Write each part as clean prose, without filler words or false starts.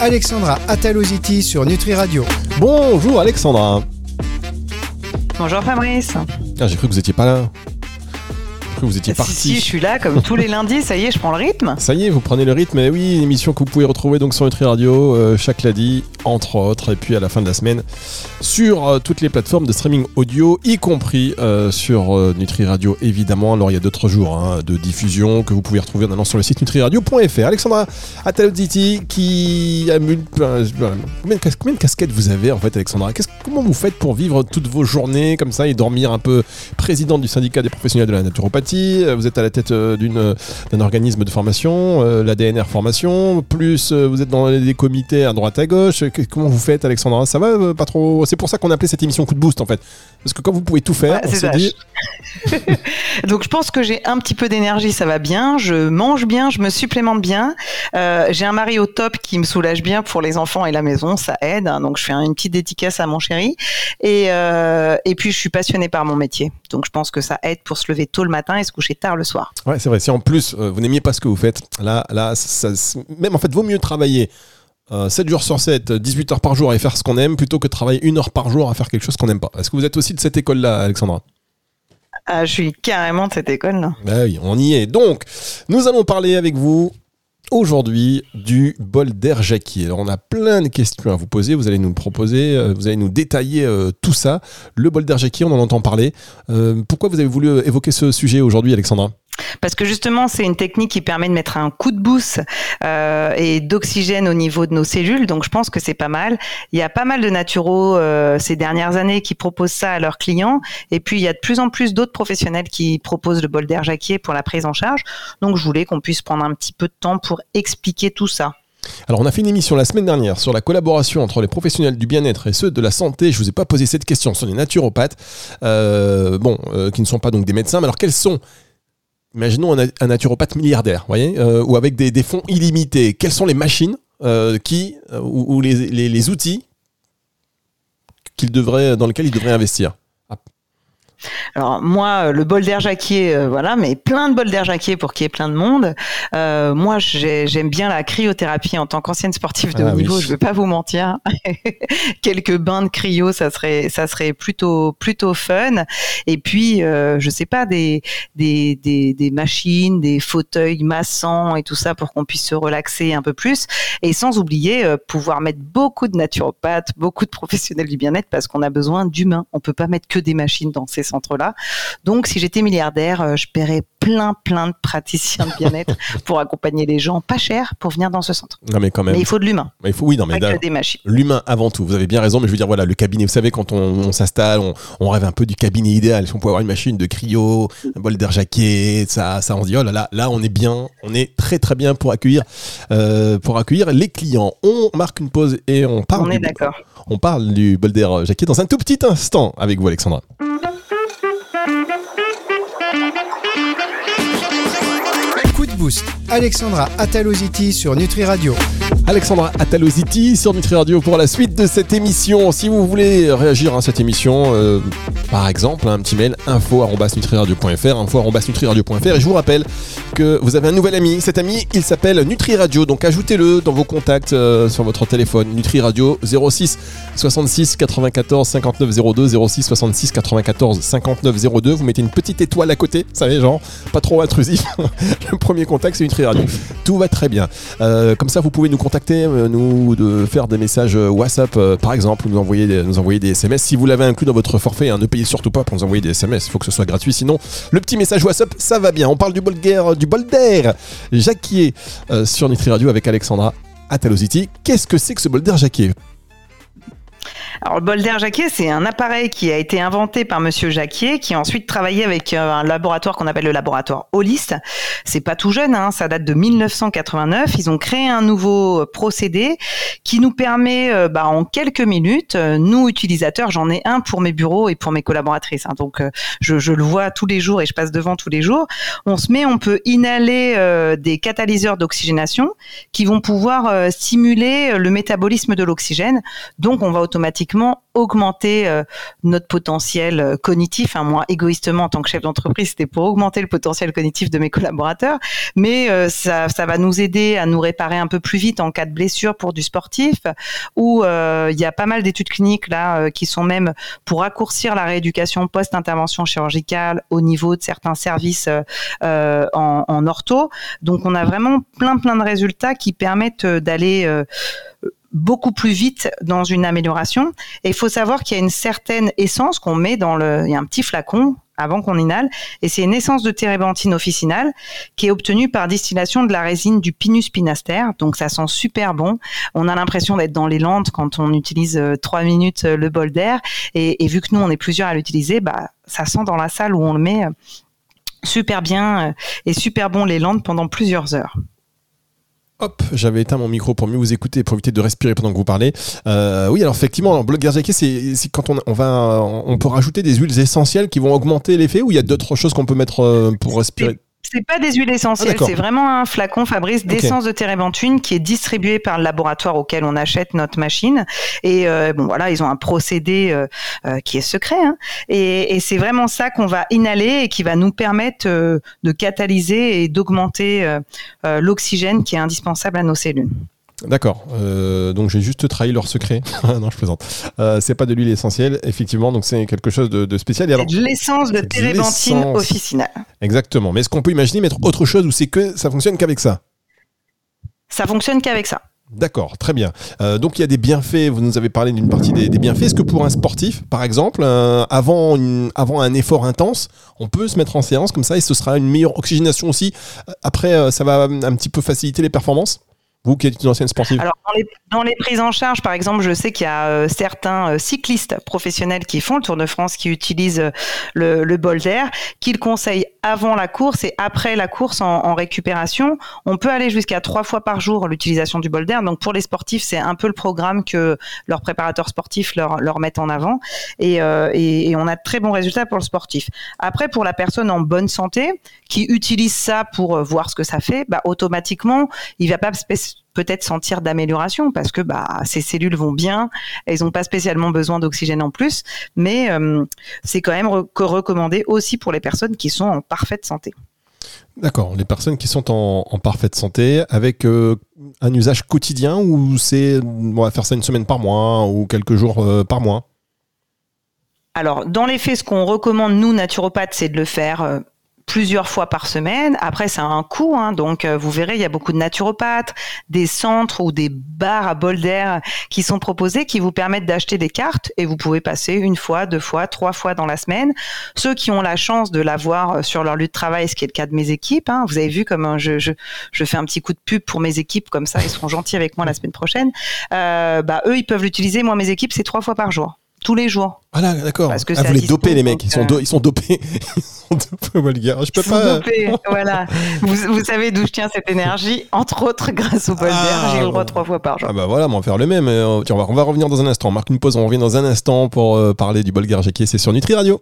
Alexandra Ataloziti sur Nutri Radio. Bonjour Alexandra. Bonjour Fabrice. J'ai cru que vous étiez pas là. Vous étiez parti. Si, je suis là comme tous les lundis, ça y est, je prends le rythme. Ça y est, vous prenez le rythme. Et oui, une émission que vous pouvez retrouver donc sur Nutri Radio chaque lundi, entre autres, et puis à la fin de la semaine sur toutes les plateformes de streaming audio, y compris sur Nutri Radio évidemment. Alors il y a d'autres jours de diffusion que vous pouvez retrouver en allant sur le site nutriradio.fr. Alexandra Ataloziti qui a combien de casquettes vous avez en fait, Alexandra? Comment vous faites pour vivre toutes vos journées comme ça et dormir un peu? Présidente du syndicat des professionnels de la naturopathie. Vous êtes à la tête d'un organisme de formation, l'ADNR Formation, plus vous êtes dans des comités à droite à gauche. Comment vous faites, Alexandra? Ça va pas trop? C'est pour ça qu'on a appelé cette émission Coup de Boost en fait. Parce que quand vous pouvez tout faire, on s'est dit... Donc je pense que j'ai un petit peu d'énergie, ça va bien, je mange bien, je me supplémente bien. J'ai un mari au top qui me soulage bien pour les enfants et la maison, ça aide. Donc je fais une petite dédicace à mon chéri. Et puis je suis passionnée par mon métier. Donc je pense que ça aide pour se lever tôt le matin et se coucher tard le soir. Ouais, c'est vrai. Si en plus vous n'aimiez pas ce que vous faites, là même en fait, vaut mieux travailler 7 jours sur 7, 18 heures par jour et faire ce qu'on aime plutôt que travailler 1 heure par jour à faire quelque chose qu'on n'aime pas. Est-ce que vous êtes aussi de cette école-là, Alexandra? Je suis carrément de cette école-là. Bah oui, on y est. Donc, nous allons parler avec vous aujourd'hui du bol d'air Jacquier. Alors, on a plein de questions à vous poser. Vous allez nous proposer, vous allez nous détailler tout ça. Le bol d'air Jacquier, on en entend parler. Pourquoi vous avez voulu évoquer ce sujet aujourd'hui, Alexandra? Parce que justement, c'est une technique qui permet de mettre un coup de boost et d'oxygène au niveau de nos cellules. Donc, je pense que c'est pas mal. Il y a pas mal de naturaux ces dernières années qui proposent ça à leurs clients. Et puis, il y a de plus en plus d'autres professionnels qui proposent le bol d'air Jacquier pour la prise en charge. Donc, je voulais qu'on puisse prendre un petit peu de temps pour expliquer tout ça. Alors, on a fait une émission la semaine dernière sur la collaboration entre les professionnels du bien-être et ceux de la santé. Je ne vous ai pas posé cette question sur les naturopathes, qui ne sont pas donc des médecins. Mais alors, quels sont... Imaginons un naturopathe milliardaire, voyez, ou avec des fonds illimités. Quelles sont les machines ou les outils dans lesquels il devrait investir? Alors moi, le bol d'air Jacquier, mais plein de bols d'air Jacquier pour qu'il y ait plein de monde. Moi, j'aime bien la cryothérapie en tant qu'ancienne sportive de haut niveau. Je ne vais pas vous mentir. Quelques bains de cryo, ça serait plutôt fun. Et puis, je sais pas, des machines, des fauteuils massants et tout ça pour qu'on puisse se relaxer un peu plus. Et sans oublier pouvoir mettre beaucoup de naturopathes, beaucoup de professionnels du bien-être parce qu'on a besoin d'humains. On peut pas mettre que des machines dans ces centres-là. Donc, si j'étais milliardaire, je paierais plein de praticiens de bien-être pour accompagner les gens pas cher pour venir dans ce centre. Non, mais quand même. Mais il faut de l'humain. Pas que des machines. L'humain avant tout. Vous avez bien raison, mais je veux dire, voilà, le cabinet, vous savez, quand on s'installe, on rêve un peu du cabinet idéal. Si on pouvait avoir une machine de cryo, un bol d'air Jacquier, ça, on se dit, oh là, on est bien, on est très très bien pour accueillir les clients. On marque une pause et on parle. On est d'accord. On parle du bol d'air Jacquier dans un tout petit instant avec vous, Alexandra. Coup de boost. Alexandra Ataloziti sur Nutri Radio. Alexandra Ataloziti sur Nutri Radio pour la suite de cette émission. Si vous voulez réagir à cette émission, par exemple, un petit mail info@nutriradio.fr et je vous rappelle que vous avez un nouvel ami. Cet ami, il s'appelle Nutri Radio. Donc ajoutez-le dans vos contacts sur votre téléphone. Nutri Radio 06 66 94 59 02 06 66 94 59 02. Vous mettez une petite étoile à côté, vous savez, genre pas trop intrusif. Le premier contact, c'est Nutri Radio. Tout va très bien. Comme ça, vous pouvez nous contacter, de faire des messages WhatsApp, par exemple, ou nous envoyer des SMS. Si vous l'avez inclus dans votre forfait, ne payez surtout pas pour nous envoyer des SMS. Il faut que ce soit gratuit. Sinon, le petit message WhatsApp, ça va bien. On parle du bol d'air Jacquier sur Nutri Radio avec Alexandra Ataloziti. Qu'est-ce que c'est que ce bol d'air Jacquier ? Alors, le bol d'air Jacquier, c'est un appareil qui a été inventé par Monsieur Jacquier, qui a ensuite travaillé avec un laboratoire qu'on appelle le laboratoire Holist. C'est pas tout jeune, ça date de 1989. Ils ont créé un nouveau procédé qui nous permet, en quelques minutes, nous utilisateurs, j'en ai un pour mes bureaux et pour mes collaboratrices. Donc, je le vois tous les jours et je passe devant tous les jours. On peut inhaler des catalyseurs d'oxygénation qui vont pouvoir stimuler le métabolisme de l'oxygène. Donc, on va automatiquement automatiquement augmenter notre potentiel cognitif. Moi, égoïstement, en tant que chef d'entreprise, c'était pour augmenter le potentiel cognitif de mes collaborateurs, mais ça va nous aider à nous réparer un peu plus vite en cas de blessure pour du sportif, où il y a pas mal d'études cliniques là qui sont même pour raccourcir la rééducation post-intervention chirurgicale au niveau de certains services en ortho. Donc, on a vraiment plein de résultats qui permettent d'aller beaucoup plus vite dans une amélioration. Et il faut savoir qu'il y a une certaine essence qu'on met il y a un petit flacon avant qu'on inhale, et c'est une essence de térébenthine officinale qui est obtenue par distillation de la résine du Pinus pinaster. Donc ça sent super bon. On a l'impression d'être dans les Landes quand on utilise 3 minutes le bol d'air. Et vu que nous, on est plusieurs à l'utiliser, ça sent dans la salle où on le met super bien et super bon les Landes pendant plusieurs heures. Hop, j'avais éteint mon micro pour mieux vous écouter, pour éviter de respirer pendant que vous parlez. Oui, alors effectivement, le Bolder Jacquier, c'est quand on peut rajouter des huiles essentielles qui vont augmenter l'effet, ou il y a d'autres choses qu'on peut mettre pour respirer? C'est pas des huiles essentielles, c'est vraiment un flacon, Fabrice, d'essence de térébenthine qui est distribué par le laboratoire auquel on achète notre machine. Et ils ont un procédé qui est secret, et c'est vraiment ça qu'on va inhaler et qui va nous permettre de catalyser et d'augmenter l'oxygène qui est indispensable à nos cellules. D'accord, donc j'ai juste trahi leur secret. Non, je plaisante. C'est pas de l'huile essentielle, effectivement, donc c'est quelque chose de spécial. Et alors, c'est de l'essence de térébenthine officinale. Exactement, mais est-ce qu'on peut imaginer mettre autre chose, ou c'est que ça fonctionne qu'avec ça? Ça fonctionne qu'avec ça. D'accord, très bien. Donc il y a des bienfaits, vous nous avez parlé d'une partie des bienfaits. Est-ce que pour un sportif, par exemple, avant un effort intense, on peut se mettre en séance comme ça et ce sera une meilleure oxygénation aussi? Après, ça va un petit peu faciliter les performances? Vous qui êtes une ancienne sportive. Alors, dans les prises en charge, par exemple, je sais qu'il y a certains cyclistes professionnels qui font le Tour de France, qui utilisent le bol d'air, qui le conseillent avant la course et après la course en récupération. On peut aller jusqu'à 3 fois par jour l'utilisation du bol d'air. Donc, pour les sportifs, c'est un peu le programme que leurs préparateurs sportifs leur mettent en avant. Et on a de très bons résultats pour le sportif. Après, pour la personne en bonne santé, qui utilise ça pour voir ce que ça fait, automatiquement, il va pas peut-être sentir d'amélioration parce que ces cellules vont bien, elles n'ont pas spécialement besoin d'oxygène en plus, mais c'est quand même recommandé aussi pour les personnes qui sont en parfaite santé. D'accord, les personnes qui sont en parfaite santé avec un usage quotidien, ou on va faire ça une semaine par mois ou quelques jours par mois? Alors, dans les faits, ce qu'on recommande, nous, naturopathes, c'est de le faire plusieurs fois par semaine. Après, ça a un coût, donc vous verrez, il y a beaucoup de naturopathes, des centres ou des bars à bol d'air qui sont proposés, qui vous permettent d'acheter des cartes et vous pouvez passer 1 fois, 2 fois, 3 fois dans la semaine. Ceux qui ont la chance de l'avoir sur leur lieu de travail, ce qui est le cas de mes équipes, vous avez vu comme je fais un petit coup de pub pour mes équipes, comme ça ils seront gentils avec moi la semaine prochaine. Eux, ils peuvent l'utiliser. Moi, mes équipes, c'est 3 fois par jour. Tous les jours. Voilà, d'accord. Vous les dopez, les mecs. Ils sont dopés. Ils sont dopés, Volga. Je peux pas. Dopés, voilà. Vous savez d'où je tiens cette énergie? Entre autres, grâce au bol d'air, j'ai le droit 3 fois par jour. Voilà, on va faire le même. Tiens, on va revenir dans un instant. On marque une pause, on revient dans un instant pour parler du Bolder Jacquier. C'est sur Nutri Radio.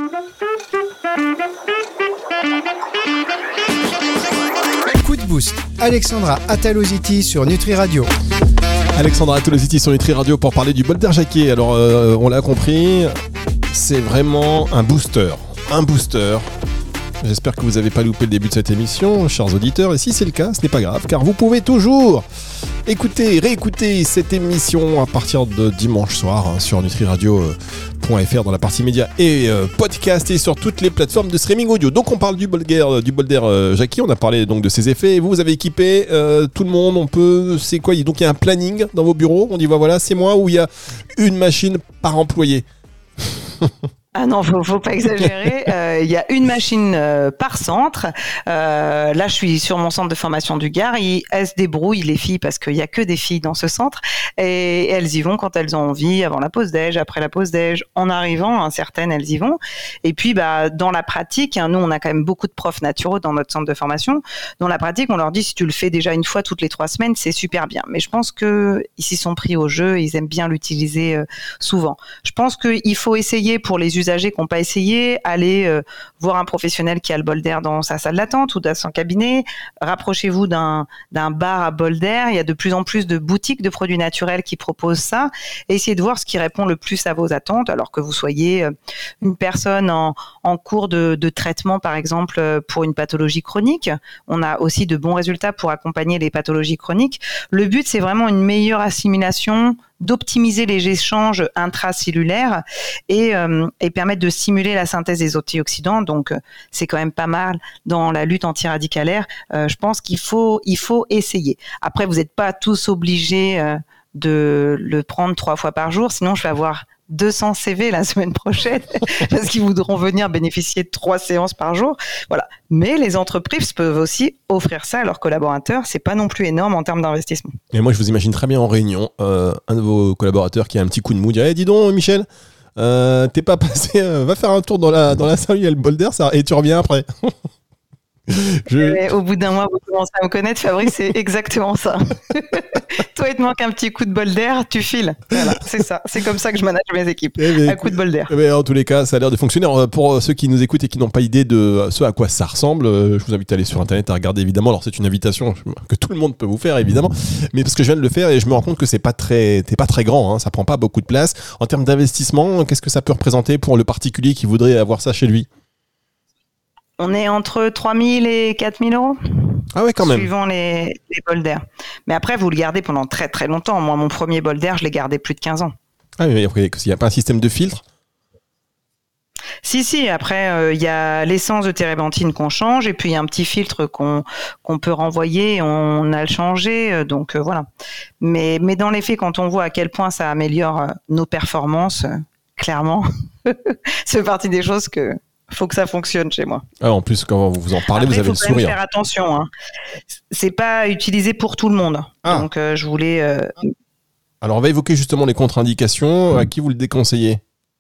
Coup de boost. Alexandra Ataloziti sur Nutri Radio. Alexandra Ataloziti sur Nutri Radio pour parler du Bolder Jacquier. Alors, on l'a compris, c'est vraiment un booster. Un booster. J'espère que vous n'avez pas loupé le début de cette émission, chers auditeurs. Et si c'est le cas, ce n'est pas grave, car vous pouvez toujours réécouter cette émission à partir de dimanche soir sur nutriradio.fr dans la partie médias et podcast, et sur toutes les plateformes de streaming audio. Donc on parle du Bolder Jacquier, on a parlé donc de ses effets. Et vous avez équipé tout le monde, c'est quoi? Donc il y a un planning dans vos bureaux, on dit voilà, c'est moi, ou il y a une machine par employé? Ah non, faut pas exagérer. Il y a une machine par centre. Là, je suis sur mon centre de formation du Gard. Elles se débrouillent, les filles, parce qu'il y a que des filles dans ce centre. Et elles y vont quand elles ont envie, avant la pause déj, après la pause déj, en arrivant. Certaines, elles y vont. Et puis, dans la pratique, nous, on a quand même beaucoup de profs naturaux dans notre centre de formation. Dans la pratique, on leur dit, si tu le fais déjà 1 fois toutes les 3 semaines, c'est super bien. Mais je pense qu'ils s'y sont pris au jeu. Ils aiment bien l'utiliser souvent. Je pense qu'il faut essayer pour les plus âgés qui n'ont pas essayé, allez voir un professionnel qui a le bol d'air dans sa salle d'attente ou dans son cabinet. Rapprochez-vous d'un bar à bol d'air. Il y a de plus en plus de boutiques de produits naturels qui proposent ça. Essayez de voir ce qui répond le plus à vos attentes, alors que vous soyez une personne en cours de traitement, par exemple, pour une pathologie chronique. On a aussi de bons résultats pour accompagner les pathologies chroniques. Le but, c'est vraiment une meilleure assimilation, d'optimiser les échanges intracellulaires et permettre de stimuler la synthèse des antioxydants. Donc, c'est quand même pas mal dans la lutte antiradicalaire. Je pense qu'il faut essayer. Après, vous n'êtes pas tous obligés de le prendre 3 fois par jour, sinon je vais avoir 200 CV la semaine prochaine parce qu'ils voudront venir bénéficier de 3 séances par jour. Voilà. Mais les entreprises peuvent aussi offrir ça à leurs collaborateurs. C'est pas non plus énorme en termes d'investissement. Et moi, je vous imagine très bien en réunion, un de vos collaborateurs qui a un petit coup de mou, dit dis donc, Michel, t'es pas passé, va faire un tour dans la salle, il y a le bol d'air, et tu reviens après. Au bout d'un mois, vous commencez à me connaître, Fabrice, c'est exactement ça. Toi, il te manque un petit coup de bol d'air, tu files. Voilà, c'est ça. C'est comme ça que je manage mes équipes. Un coup de bol d'air. En tous les cas, ça a l'air de fonctionner. Alors, pour ceux qui nous écoutent et qui n'ont pas idée de ce à quoi ça ressemble, je vous invite à aller sur Internet à regarder, évidemment. Alors, c'est une invitation que tout le monde peut vous faire, évidemment. Mais parce que je viens de le faire et je me rends compte que t'es pas très grand. Hein, ça prend pas beaucoup de place. En termes d'investissement, qu'est-ce que ça peut représenter pour le particulier qui voudrait avoir ça chez lui ? On est entre 3 000 et 4 000 euros. Ah ouais, quand même. Suivant les bols d'air. Mais après, vous le gardez pendant très très longtemps. Moi, mon premier bol d'air, je l'ai gardé plus de 15 ans. Ah, mais après, il n'y a pas un système de filtre ? Si. Après, il y a l'essence de térébenthine qu'on change et puis il y a un petit filtre qu'on peut renvoyer. On a le changé. Donc, voilà. Mais dans les faits, quand on voit à quel point ça améliore nos performances, clairement, c'est partie des choses que... faut que ça fonctionne chez moi. Ah, en plus, quand vous en parlez, après, vous avez le sourire. Après, il faut faire attention. Hein. C'est pas utilisé pour tout le monde. Ah. Donc, je voulais... Alors, on va évoquer justement les contre-indications. À qui vous le déconseillez ?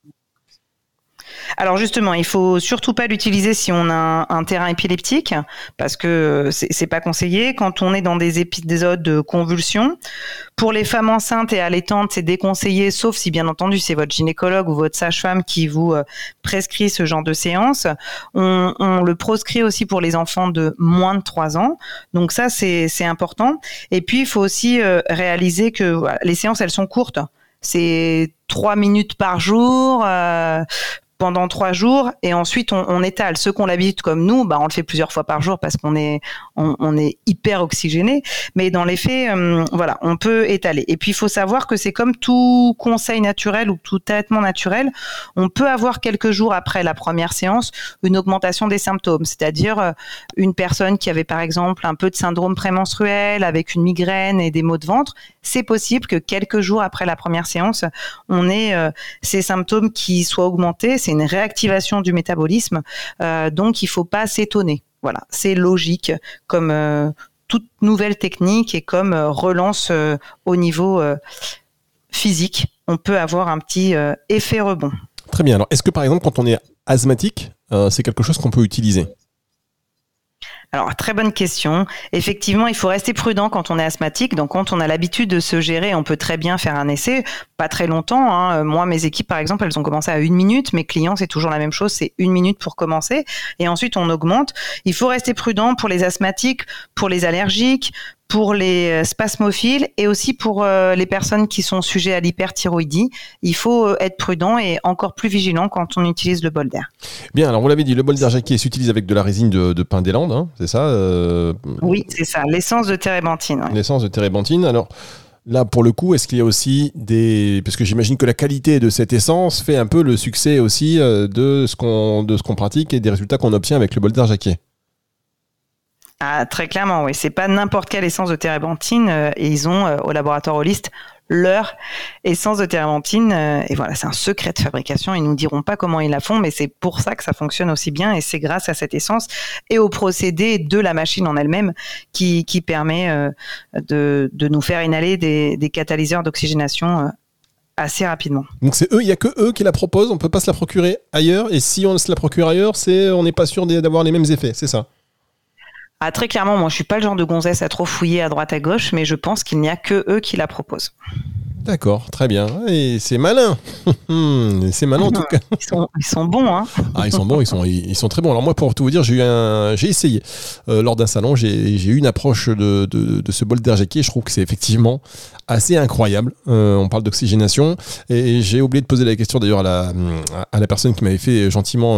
Alors justement, il faut surtout pas l'utiliser si on a un terrain épileptique, parce que c'est pas conseillé. Quand on est dans des épisodes de convulsions, pour les femmes enceintes et allaitantes, c'est déconseillé, sauf si bien entendu c'est votre gynécologue ou votre sage-femme qui vous prescrit ce genre de séance. On le proscrit aussi pour les enfants de moins de 3 ans. Donc ça, c'est important. Et puis il faut aussi réaliser que voilà, les séances, elles sont courtes. C'est 3 minutes par jour. Pendant 3 jours et ensuite on étale. Ceux qui ont l'habitude comme nous, on le fait plusieurs fois par jour parce qu'on est hyper oxygéné. Mais dans les faits, voilà, on peut étaler. Et puis il faut savoir que c'est comme tout conseil naturel ou tout traitement naturel, on peut avoir quelques jours après la première séance une augmentation des symptômes. C'est-à-dire une personne qui avait par exemple un peu de syndrome prémenstruel avec une migraine et des maux de ventre, c'est possible que quelques jours après la première séance, on ait ces symptômes qui soient augmentés. C'est une réactivation du métabolisme, donc il ne faut pas s'étonner. Voilà, c'est logique comme toute nouvelle technique et comme relance au niveau physique. On peut avoir un petit effet rebond. Très bien. Alors, est-ce que par exemple, quand on est asthmatique, c'est quelque chose qu'on peut utiliser ? Alors, très bonne question. Effectivement, il faut rester prudent quand on est asthmatique. Donc, quand on a l'habitude de se gérer, on peut très bien faire un essai. Pas très longtemps. Hein. Moi, mes équipes, par exemple, elles ont commencé à 1 minute. Mes clients, c'est toujours la même chose. C'est 1 minute pour commencer. Et ensuite, on augmente. Il faut rester prudent pour les asthmatiques, pour les allergiques, pour les spasmophiles et aussi pour les personnes qui sont sujets à l'hyperthyroïdie. Il faut être prudent et encore plus vigilant quand on utilise le bol d'air. Bien, alors vous l'avez dit, le bol d'air Jacquier s'utilise avec de la résine de pin des Landes, hein, c'est ça Oui, c'est ça, l'essence de térébenthine. Ouais. L'essence de térébenthine. Alors là, pour le coup, est-ce qu'il y a aussi parce que j'imagine que la qualité de cette essence fait un peu le succès aussi de ce qu'on pratique et des résultats qu'on obtient avec le bol d'air Jacquier. Ah, très clairement, oui. C'est pas n'importe quelle essence de térébenthine. Et ils ont au laboratoire Holist leur essence de térébenthine. Et voilà, c'est un secret de fabrication. Ils nous diront pas comment ils la font, mais c'est pour ça que ça fonctionne aussi bien. Et c'est grâce à cette essence et au procédé de la machine en elle-même qui permet de nous faire inhaler des catalyseurs d'oxygénation assez rapidement. Donc c'est eux, il y a que eux qui la proposent. On peut pas se la procurer ailleurs. Et si on se la procure ailleurs, on n'est pas sûr d'avoir les mêmes effets. C'est ça. Ah, très clairement, moi je suis pas le genre de gonzesse à trop fouiller à droite à gauche, mais je pense qu'il n'y a que eux qui la proposent. D'accord, très bien. Et c'est malin. C'est malin en tout cas. Ils sont bons, hein. Ah, ils sont bons, ils sont très bons. Alors moi, pour tout vous dire, j'ai essayé lors d'un salon, j'ai eu une approche de ce bol d'air Jacquier. Je trouve que c'est effectivement assez incroyable. On parle d'oxygénation et j'ai oublié de poser la question d'ailleurs à la personne qui m'avait fait gentiment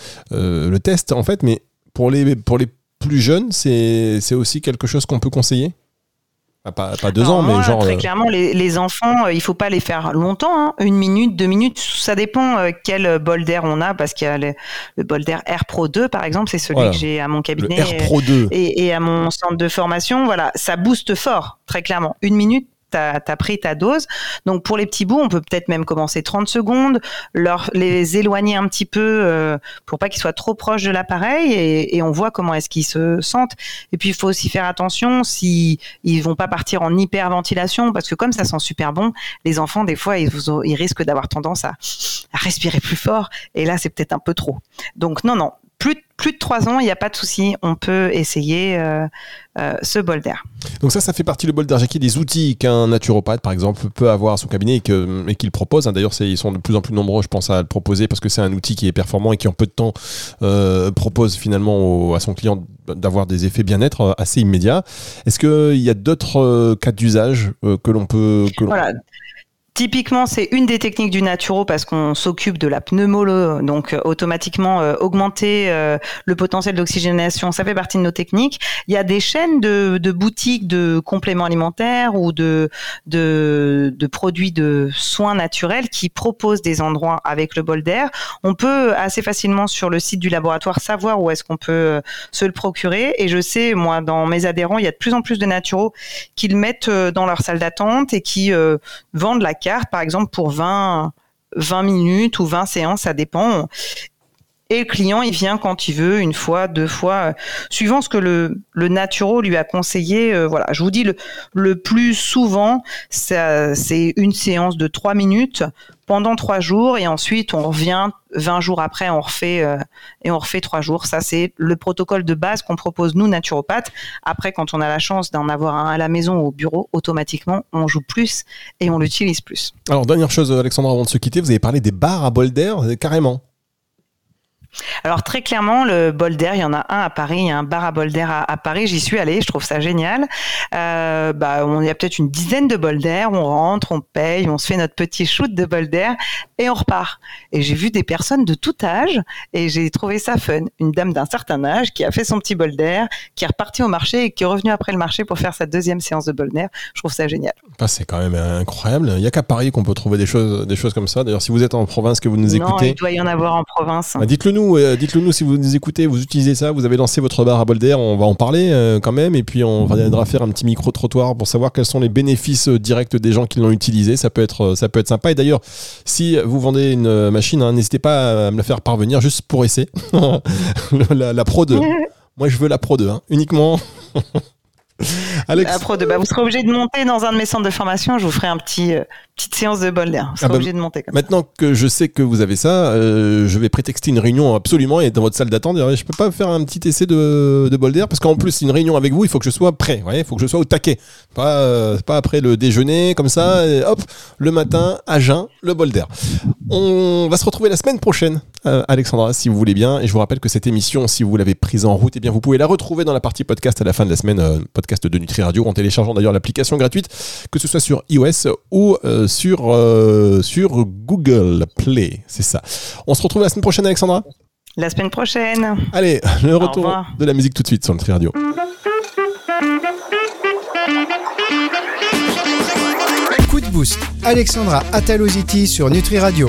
le test en fait. Mais pour les plus jeunes, c'est aussi quelque chose qu'on peut conseiller. Pas 2 ans, mais genre... Très clairement, les enfants, il ne faut pas les faire longtemps, hein. 1 minute, 2 minutes, ça dépend quel bol d'air on a, parce qu'il y a le bol d'air Air Pro 2, par exemple, c'est celui que j'ai à mon cabinet le Air Pro 2. Et à mon centre de formation. Voilà, ça booste fort, très clairement. 1 minute, t'as pris ta dose. Donc pour les petits bouts, on peut peut-être même commencer 30 secondes, les éloigner un petit peu pour pas qu'ils soient trop proches de l'appareil et on voit comment est-ce qu'ils se sentent. Et puis il faut aussi faire attention si ils vont pas partir en hyperventilation, parce que comme ça sent super bon, les enfants des fois ils risquent d'avoir tendance à respirer plus fort et là c'est peut-être un peu trop. Donc non. Plus de 3 ans, il n'y a pas de souci, on peut essayer ce bol d'air. Donc ça fait partie, le bol d'air Jacquier, des outils qu'un naturopathe, par exemple, peut avoir à son cabinet et qu'il propose. D'ailleurs, ils sont de plus en plus nombreux, je pense, à le proposer parce que c'est un outil qui est performant et qui, en peu de temps, propose finalement à son client d'avoir des effets bien-être assez immédiats. Est-ce qu'il y a d'autres cas d'usage que l'on peut... Voilà. Typiquement, c'est une des techniques du naturo parce qu'on s'occupe de la pneumologie, donc automatiquement augmenter le potentiel d'oxygénation, ça fait partie de nos techniques. Il y a des chaînes de boutiques de compléments alimentaires ou de produits de soins naturels qui proposent des endroits avec le bol d'air. On peut assez facilement sur le site du laboratoire savoir où est-ce qu'on peut se le procurer. Et je sais, moi, dans mes adhérents, il y a de plus en plus de naturos qui le mettent dans leur salle d'attente et qui vendent la carte, par exemple, pour 20 minutes ou 20 séances, ça dépend. Et le client, il vient quand il veut, 1 fois, 2 fois, suivant ce que le naturo lui a conseillé. Voilà, je vous dis, le plus souvent, c'est une séance de 3 minutes pendant 3 jours et ensuite on revient 20 jours après, on refait 3 jours. Ça, c'est le protocole de base qu'on propose nous, naturopathes. Après, quand on a la chance d'en avoir un à la maison ou au bureau, automatiquement, on joue plus et on l'utilise plus. Alors, dernière chose, Alexandra, avant de se quitter, vous avez parlé des bars à bol d'air, carrément. Alors très clairement, le bol d'air, il y en a un à Paris, il y a un bar à bol d'air à Paris, j'y suis allée, je trouve ça génial. On y a peut-être une dizaine de bols d'air, on rentre, on paye, on se fait notre petit shoot de bol d'air et on repart. Et j'ai vu des personnes de tout âge et j'ai trouvé ça fun. Une dame d'un certain âge qui a fait son petit bol d'air, qui est repartie au marché et qui est revenue après le marché pour faire sa 2e séance de bol d'air. Je trouve ça génial. C'est quand même incroyable. Il n'y a qu'à Paris qu'on peut trouver des choses comme ça. D'ailleurs, si vous êtes en province, que vous nous écoutez... Non, il doit y en avoir en province. Dites-le nous si vous nous écoutez, vous utilisez ça, vous avez lancé votre bar à bol d'air, on va en parler quand même, et puis on viendra faire un petit micro-trottoir pour savoir quels sont les bénéfices directs des gens qui l'ont utilisé. Ça peut être sympa. Et d'ailleurs, si vous vendez une machine, n'hésitez pas à me la faire parvenir juste pour essai. la Pro 2. Moi, je veux la Pro 2, uniquement. Alex... vous serez obligé de monter dans un de mes centres de formation. Je vous ferai petite séance de bol d'air. Vous serez obligé de monter comme maintenant ça. Que je sais que vous avez ça, je vais prétexter une réunion absolument et dans votre salle d'attente. Je peux pas faire un petit essai de bol d'air parce qu'en plus, une réunion avec vous, il faut que je sois prêt. Il faut que je sois au taquet. Pas après le déjeuner comme ça. Et hop, le matin, à jeun, le bol d'air. On va se retrouver la semaine prochaine, Alexandra, si vous voulez bien. Et je vous rappelle que cette émission, si vous l'avez prise en route, vous pouvez la retrouver dans la partie podcast à la fin de la semaine. Podcast de Nutri Radio en téléchargeant d'ailleurs l'application gratuite, que ce soit sur iOS ou sur Google Play. C'est ça. On se retrouve la semaine prochaine, Alexandra. La semaine prochaine. Allez, le retour de la musique tout de suite sur Nutri Radio. Coup de boost. Alexandra Ataloziti sur Nutri Radio.